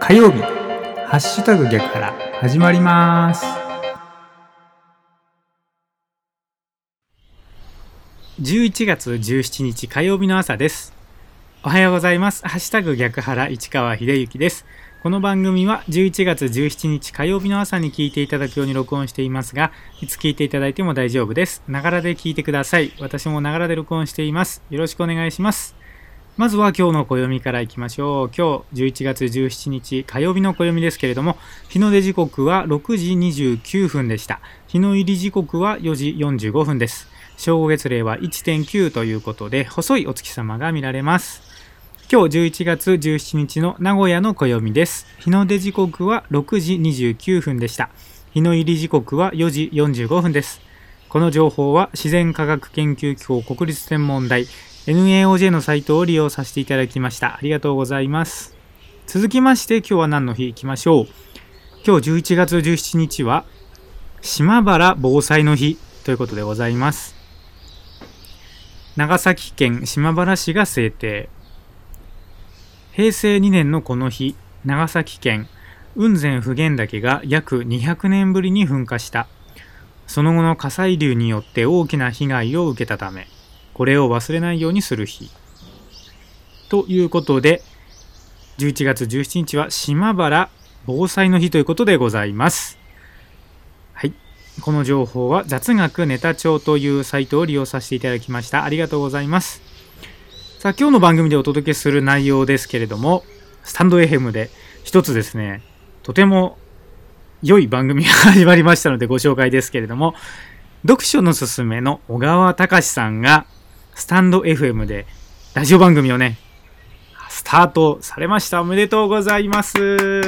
火曜日、ハッシュタグ逆から始まります。11月17日火曜日の朝です。おはようございます。ハッシュタグ逆原市川秀幸です。この番組は11月17日火曜日の朝に聞いていただくように録音していますが、いつ聞いていただいても大丈夫です。ながらで聞いてください。私もながらで録音しています。よろしくお願いします。まずは今日の暦からいきましょう。今日11月17日火曜日の暦ですけれども、日の出時刻は6時29分でした。日の入り時刻は4時45分です。正午月齢は 1.9 ということで、細いお月様が見られます。今日11月17日の名古屋の暦です。日の出時刻は6時29分でした。日の入り時刻は4時45分です。この情報は自然科学研究機構国立天文台 NAOJ のサイトを利用させていただきました。ありがとうございます。続きまして今日は何の日いきましょう。今日11月17日は島原防災の日ということでございます。長崎県島原市が制定。平成2年のこの日、長崎県雲仙普賢岳が約200年ぶりに噴火した。その後の火砕流によって大きな被害を受けたため、これを忘れないようにする日。ということで、11月17日は島原防災の日ということでございます。はい。この情報は雑学ネタ帳というサイトを利用させていただきました。ありがとうございます。さあ今日の番組でお届けする内容ですけれども、スタンド FM で一つですね、とても良い番組が始まりましたのでご紹介ですけれども、読書のすすめの小川隆さんがスタンド FM でラジオ番組をね、スタートされました。おめでとうございます。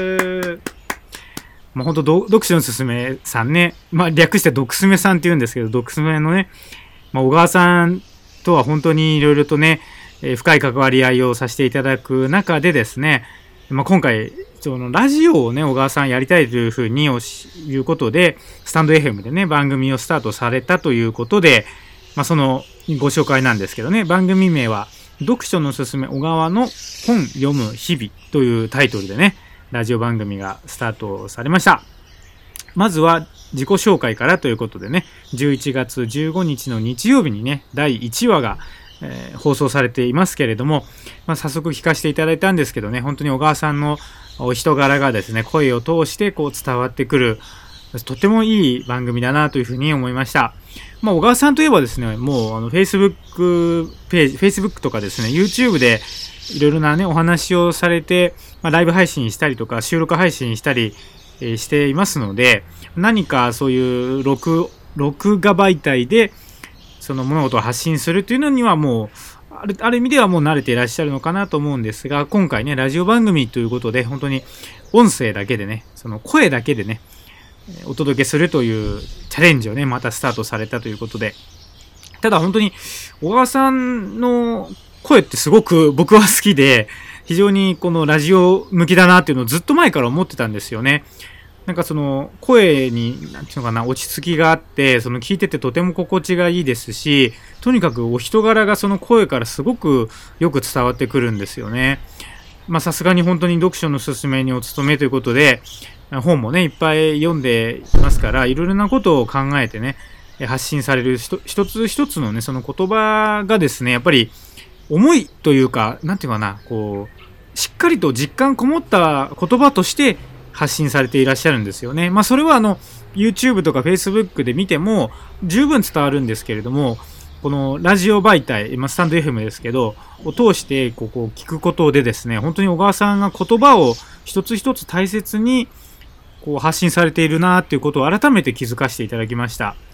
もう本当読書のすすめさんね、略して読すめさんって言うんですけど、読すめのね、小川さんとは本当にいろいろとね、深い関わり合いをさせていただく中でですね、今回そのラジオをね小川さんやりたいというふうにいうことでスタンド FM でね番組をスタートされたということで、そのご紹介なんですけどね、番組名は読書のすすめ小川の本読む日々というタイトルでねラジオ番組がスタートされました。まずは自己紹介からということでね、11月15日の日曜日にね第1話が放送されていますけれども、早速聞かせていただいたんですけどね、本当に小川さんのお人柄がですね声を通してこう伝わってくるとてもいい番組だなというふうに思いました。小川さんといえばですね、もうFacebook ページ Facebook とかですね YouTube でいろいろなねお話をされて、ライブ配信したりとか収録配信したりしていますので、何かそういう録画媒体でその物事を発信するというのにはもうある意味ではもう慣れていらっしゃるのかなと思うんですが、今回ねラジオ番組ということで本当に音声だけでねその声だけでねお届けするというチャレンジをねまたスタートされたということで、ただ本当に小川さんの声ってすごく僕は好きで、非常にこのラジオ向きだなっていうのをずっと前から思ってたんですよね。なんかその声になんていうのかな落ち着きがあって、その聞いててとても心地がいいですし、とにかくお人柄がその声からすごくよく伝わってくるんですよね。さすがに本当に読書のすすめにお勤めということで本もねいっぱい読んでいますから、いろいろなことを考えてね発信される一つ一つのねその言葉がですねやっぱり重いというか、なんていうかなこうしっかりと実感こもった言葉として発信されていらっしゃるんですよね。それはYouTube とか Facebook で見ても十分伝わるんですけれども、このラジオ媒体、スタンド FM ですけどを通してこう聞くことでですね、本当に小川さんが言葉を一つ一つ大切にこう発信されているなっていうことを改めて気づかせていただきました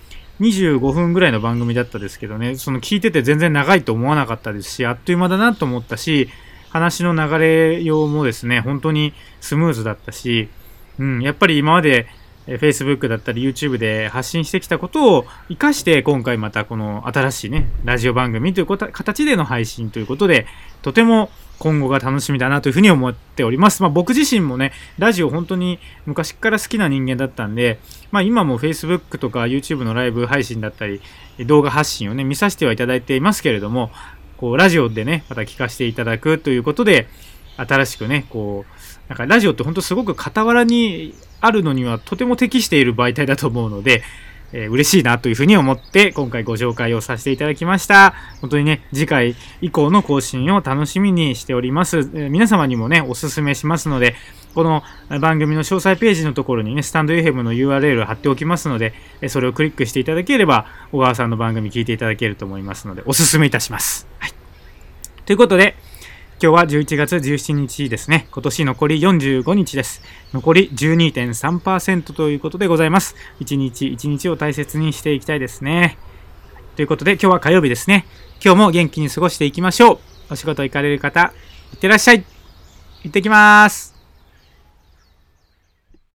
。25分ぐらいの番組だったですけどね、その聞いてて全然長いと思わなかったですし、あっという間だなと思ったし、話の流れようもですね本当にスムーズだったし、やっぱり今まで Facebook だったり YouTube で発信してきたことを生かして今回またこの新しいねラジオ番組という形での配信ということで、とても今後が楽しみだなというふうに思っております。僕自身もねラジオ本当に昔から好きな人間だったんで、今も Facebook とか YouTube のライブ配信だったり動画発信をね見させてはいただいていますけれども、こうラジオでねまた聞かせていただくということで新しくねこうなんかラジオって本当すごく傍らにあるのにはとても適している媒体だと思うので、嬉しいなというふうに思って今回ご紹介をさせていただきました。本当にね、次回以降の更新を楽しみにしております。皆様にもね、おすすめしますので、この番組の詳細ページのところにね、スタンド FM の URL を貼っておきますので、それをクリックしていただければ、小川さんの番組聞いていただけると思いますので、おすすめいたします。はい。ということで、今日は11月17日ですね。今年残り45日です。残り 12.3% ということでございます。一日一日を大切にしていきたいですね。ということで今日は火曜日ですね。今日も元気に過ごしていきましょう。お仕事行かれる方、いってらっしゃい。行ってきます。